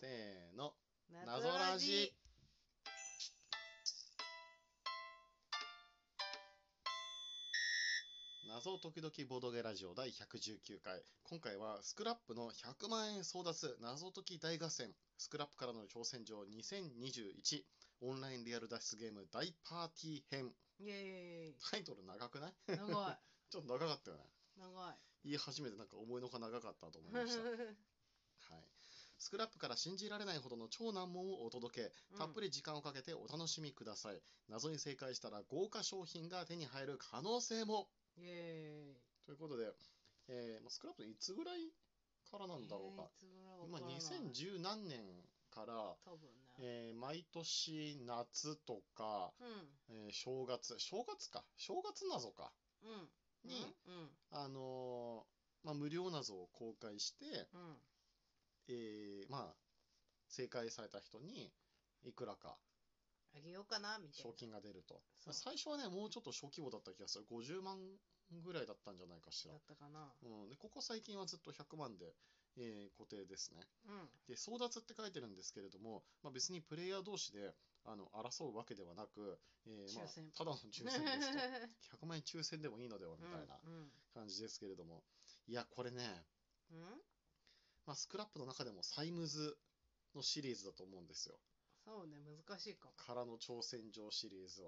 せーの。 謎ラジ。 謎時々ボドゲラジオ第119回。今回はスクラップの100万円争奪謎解き大合戦、スクラップからの挑戦状2021オンラインリアル脱出ゲーム大パーティー編。 イエタイトル長くない？ ーイ。長い。 ちょっと長かったよね。 長い。 言い始めてなんか思いのほか長かったと思いました。はい。スクラップから信じられないほどの超難問をお届け、たっぷり時間をかけてお楽しみください。謎に正解したら豪華商品が手に入る可能性も。 イエーイ。 ということで、スクラップいつぐらいからなんだろうか。今2010何年から多分ね。 毎年夏とか、正月謎かに、無料謎を公開して、正解された人にいくらかあげようかなみたいな賞金が出ると。最初はね、もうちょっと小規模だった気がする。50万ぐらいだったんじゃないかしら。 だったかな。 でここ最近はずっと100万で、固定ですね。で、争奪って書いてるんですけれども、別にプレイヤー同士で争うわけではなく、ただの抽選ですと。100万円抽選でもいいのではみたいな感じですけれども。いや、これね、スクラップの中でもサイムズのシリーズだと思うんですよ。 そうね、難しいかも。 からの挑戦状シリーズは。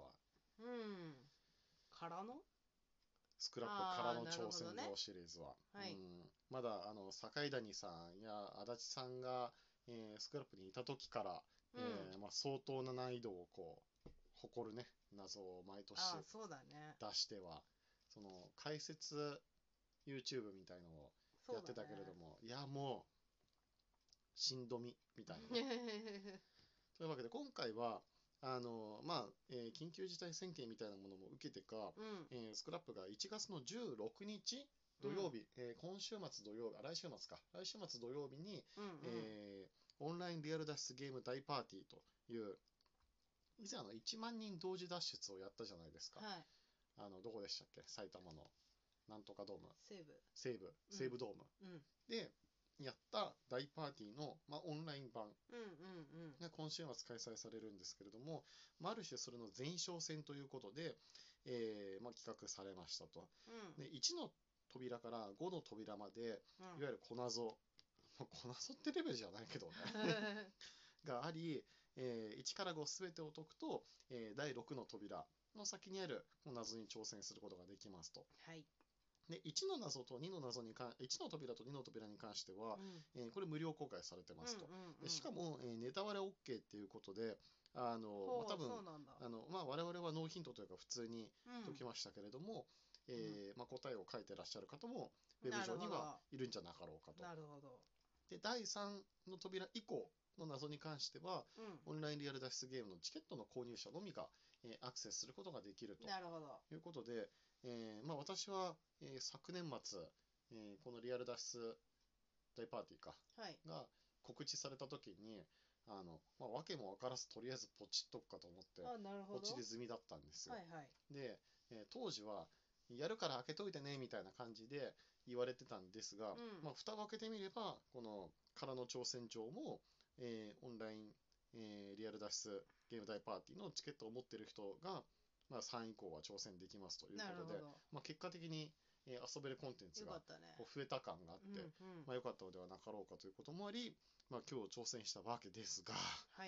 からのスクラップからの挑戦状シリーズは。まだ坂井谷さんや足立さんが、スクラップにいた時から、相当な難易度を誇るね、謎を毎年出しては、その解説 YouTube みたいのをやってたけれども、いやもうしんどみみたいな、というわけで今回は緊急事態宣言みたいなものも受けてか、スクラップが1月の16日土曜日、今週末土曜日、来週末か、来週末土曜日に、オンラインリアル脱出ゲーム大パーティーという、以前1万人同時脱出をやったじゃないですか。どこでしたっけ、埼玉のなんとかドーム、西武ドーム、でやった大パーティーの、オンライン版が今週末開催されるんですけれども、ある種それの前哨戦ということで、企画されましたと。で1の扉から5の扉まで、いわゆる小謎、小謎ってレベルじゃないけどねがあり、1から5すべてを解くと、第6の扉の先にある謎に挑戦することができますと。で1の謎と2の謎に1の扉と2の扉に関しては、これ無料公開されてますと。でしかも、ネタバレ OK っていうことで、多分我々はノーヒントというか普通に解きましたけれども、答えを書いてらっしゃる方もウェブ上にはいるんじゃなかろうかと。で第3の扉以降の謎に関しては、オンラインリアル脱出ゲームのチケットの購入者のみが、アクセスすることができるということで、私は、昨年末、このリアル脱出大パーティーが告知された時にわけも分からずとりあえずポチっとくかと思ってポチり済みだったんですよ。で、当時はやるから開けといてねみたいな感じで言われてたんですが、蓋を開けてみればこのからの挑戦状も、オンライン、リアル脱出ゲーム大パーティーのチケットを持っている人が、3以降は挑戦できますということで、結果的に遊べるコンテンツが増えた感があって、良かったのではなかろうかということもあり、今日挑戦したわけですが、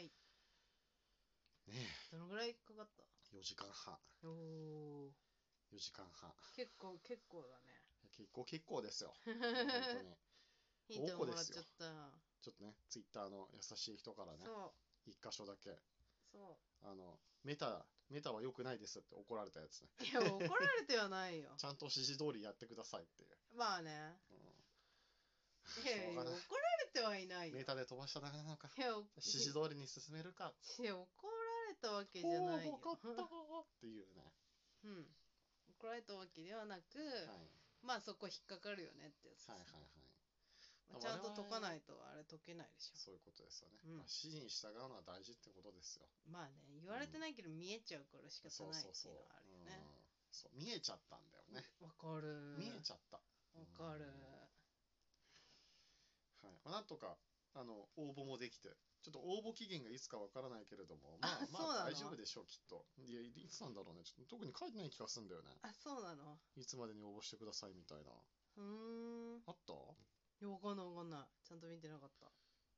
どのぐらいかかった？ 4時間半。4時間半。 結構だね。 結構ですよ。本当に。 ヒントもらっちゃった。 ちょっとね、ツイッターの優しい人からね、一箇所だけ、メタは良くないですって怒られたやつね。 いや、怒られてはないよ。 ちゃんと指示通りやってくださいっていう。 まあね。怒られてはいないよ。 メタで飛ばしただけなのか。指示通りに進めるか。 怒られたわけじゃないよ。 分かったっていうね。 怒られたわけではなく、そこ引っかかるよねってやつです。ちゃんと解かないとあれ解けないでしょ。 そういうことですよね。指示に従うのは大事ってことですよ。 言われてないけど見えちゃうから仕方ないっていうのはあるよね。 見えちゃったんだよね。 わかる。 見えちゃった。 わかる。 なんとか応募もできて、ちょっと応募期限がいつかわからないけれども、まあ大丈夫でしょう、きっと。いや、いつなんだろうね。ちょっと特に書いてない気がするんだよね。 あ、そうなの。 いつまでに応募してくださいみたいな。あった？ いや、わかんないわかんない。ちゃんと見てなかった。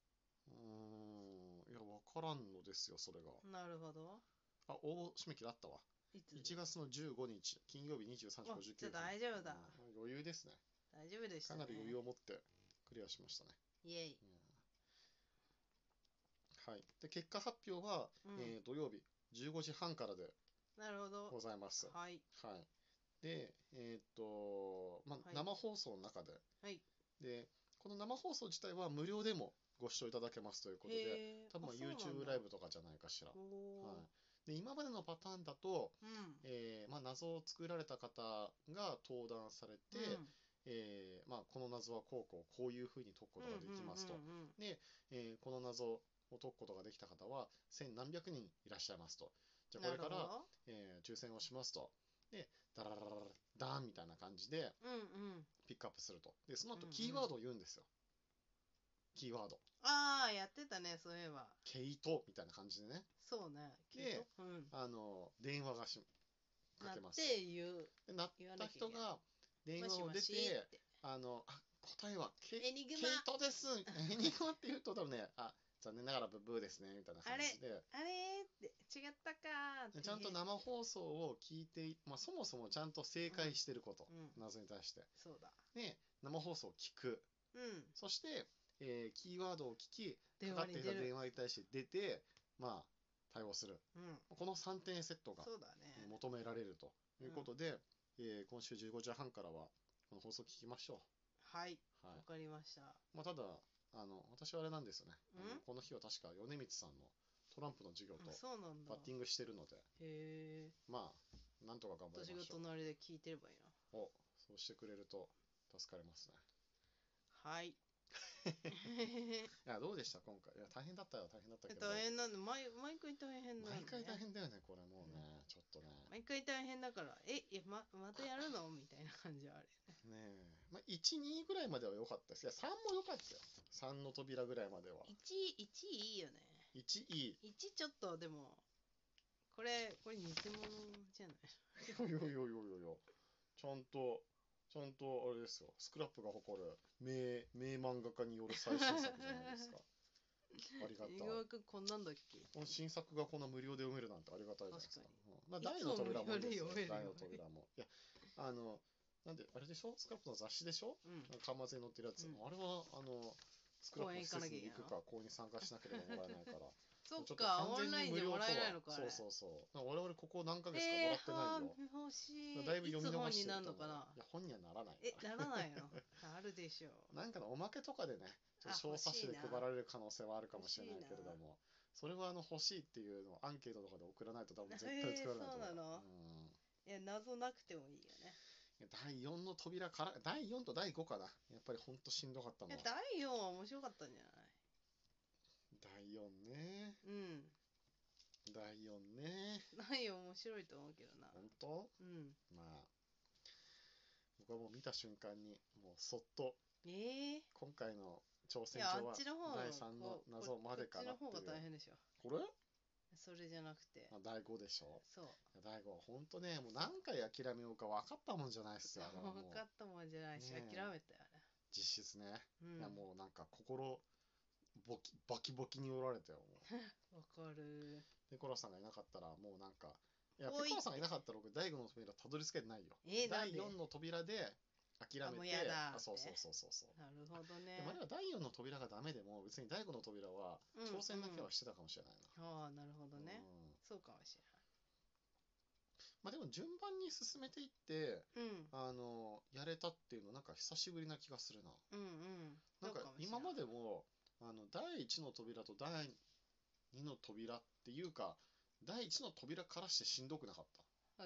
いや、わからんのですよ、それが。 なるほど。 あ、応募締め切りあったわ。 いつ 1月の15日、金曜日23時59分。 じゃあ大丈夫だ。 余裕ですね。 大丈夫でしたね。 かなり余裕を持ってクリアしましたね。 イエイ。 はい。で、結果発表は、土曜日15時半からでなるほど。 ございます。 はい。 はい。で、生放送の中で、 はい。 で、この生放送自体は無料でもご視聴いただけますということで、多分YouTube ライブとかじゃないかしら。はい。で、今までのパターンだと、謎を作られた方が登壇されて、この謎はこういうふうに解くことができますと。で、この謎を解くことができた方は千何百人いらっしゃいますと。じゃあこれから、抽選をしますと。で、ダララララダーンみたいな感じでピックアップすると。で、その後キーワードを言うんですよ。キーワード。 ああ、やってたね、そういえば。 ケイトみたいな感じでね。 そうね。 で、電話がかけます。で、鳴った人が電話を出て、答えはケイトです。エニグマって言うと多分ね、残念ながらブブーですねみたいな感じで、 あれって違ったかーって、 ちゃんと生放送を聞いて、そもそもちゃんと正解してること、謎に対して。 そうだ。 で、生放送を聞く。そして、キーワードを聞き、かかっていた電話に対して出て、対応する。この3点セットが求められるということで、今週15時半からはこの放送を聞きましょう。 はい。わかりました。 ただ、私はあれなんですよね。この日は確か米光さんのトランプの授業とバッティングしてるので、なんとか頑張りましょう。 私が隣で聞いてればいいな。 そうしてくれると助かりますね。 はい。 いや、どうでした今回。いや、大変だったよ、大変だったけど。 大変なんで、毎回大変だよね。 毎回大変だよね、これもうね、ちょっとね。 毎回大変だから、またやるのみたいな感じはあるよね。1、2ぐらいまでは良かったです。いや、3も良かったよ。3の扉ぐらいまでは。 1いいよね。 1いい。 1ちょっと、でも、これ偽物じゃない？ いやいやいやいやいや、ちゃんとあれですよ。スクラップが誇る名漫画家による最新作じゃないですか。ありがたい。 伊沢くんこんなんだっけ？ この新作がこんな無料で読めるなんてありがたいじゃないですか。 大の扉もいいですよ。 大の扉も。いや、なんで、あれでしょスクラップの雑誌でしょ端末に載ってるやつ。あれは、スクラップの施設に行くか、公演に参加しなければもらえないから。 そっか、オンラインでもらえないのか。 そう。我々ここ何ヶ月かもらってないよ。 欲しい。 だいぶ読み逃してる。 いつ本になるのかな？ いや、本にはならない。 ならないの？あるでしょう。 なんかのおまけとかでね、小冊子で配られる可能性はあるかもしれないけれども、それは欲しいっていうのをアンケートとかで送らないと多分絶対作られないと思う。 そうなの？謎なくてもいいよね。 第4の扉から、第4と第5かな。やっぱりほんとしんどかったのは。 第4は面白かったんじゃない？ 第4ね。第4ね。 第4面白いと思うけどな。 本当？僕はもう見た瞬間に、もうそっと、今回の挑戦状は第3の謎までかなっていう。 こっちの方が大変でしょ。 これ？ それじゃなくて。 第5でしょ。 そう。 第5は本当ね、もう何回諦めようか分かったもんじゃないっすよ。 分かったもんじゃないし、諦めたよね。 実質ね。いやもうなんか心バキバキに折られたよ。 わかる。 ペコロさんがいなかったらもうなんか、いやペコロさんがいなかったら僕第5の扉たどり着けてないよ。第4の扉で諦めて、 もうやだ。 そう。 なるほどね。 でもあれは第4の扉がダメでも別に第5の扉は挑戦だけはしてたかもしれないな。なるほどね。そうかもしれない。 でも順番に進めていって、やれたっていうのなんか久しぶりな気がするな。なんか今までも第1の扉と第2の扉っていうか第1の扉からしてしんどくなかった？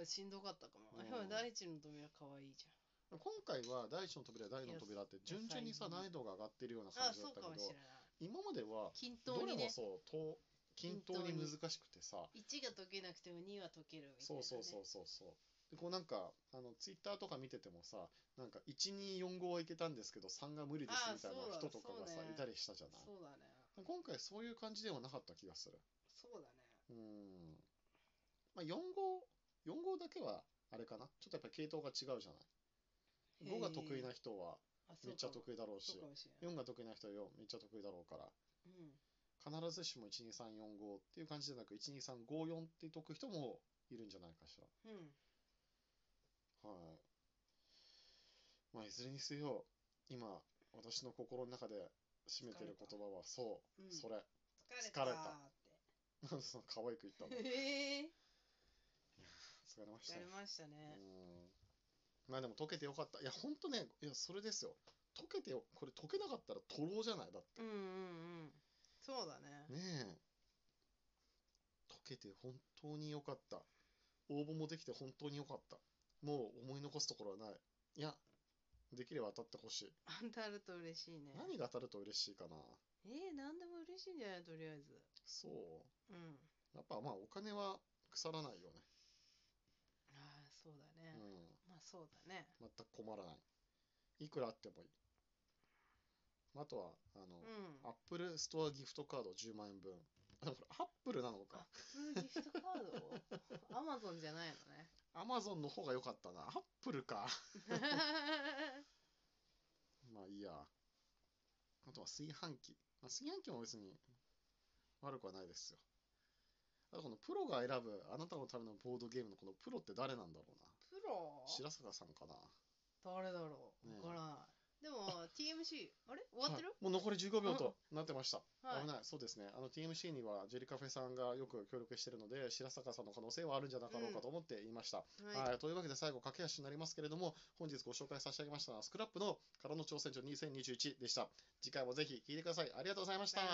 しんどかったかも。第1の扉かわいいじゃん。 今回は第1の扉第2の扉って順々にさ難易度が上がってるような感じだったけど、今まではどれもそう均等に難しくてさ、 1が解けなくても2は解けるみたいな、ね、 そうでこうなんかツイッターとか見ててもさ、なんか1245はいけたんですけど3が無理ですみたいな人とかがさ、いたりしたじゃない。 そうだね。 今回そういう感じではなかった気がする。 そうだね。 まあ、4号だけはあれかな、ちょっとやっぱり系統が違うじゃない。5が得意な人はめっちゃ得意だろうし、4が得意な人は4めっちゃ得意だろうから、必ずしも12345っていう感じじゃなく12354って解く人もいるんじゃないかしら。はい。まあいずれにせよ、今私の心の中で占めてる言葉はそう、それ。疲れた。なんでその可愛く言ったの。疲れました。 疲れましたね。 まあでも解けてよかった。いやほんとね、いやそれですよ。解けてよ、これ解けなかったらトロじゃない、だって。 そうだね。 ねえ。解けて本当によかった。応募もできて本当によかった。もう思い残すところはない。いや、できれば当たってほしい。 当たると嬉しいね。 何が当たると嬉しいかな。 何でも嬉しいんじゃない、とりあえず。 そう。やっぱまあお金は腐らないよね。 そうだね。まあそうだね。 全く困らない。いくらあってもいい。あとはアップルストアギフトカード10万円分。これアップルなのか。 アップルギフトカードアマゾンじゃないのね。 アマゾンの方が良かったな。アップルか。まあいいや。あとは炊飯器。炊飯器も別に悪くはないですよ。あとこのプロが選ぶあなたのためのボードゲームのこのプロって誰なんだろうな。 プロ？ 白坂さんかな。 誰だろう、わからない。でも TMC あれ終わってる？ もう残り15秒となってました。危ない。そうですね。TMC にはジェリカフェさんがよく協力しているので、白坂さんの可能性はあるんじゃなかろうかと思って言いました。というわけで最後駆け足になりますけれども、本日ご紹介差し上げましたのはスクラップの空の挑戦状2021でした。次回もぜひ聴いてください。ありがとうございました。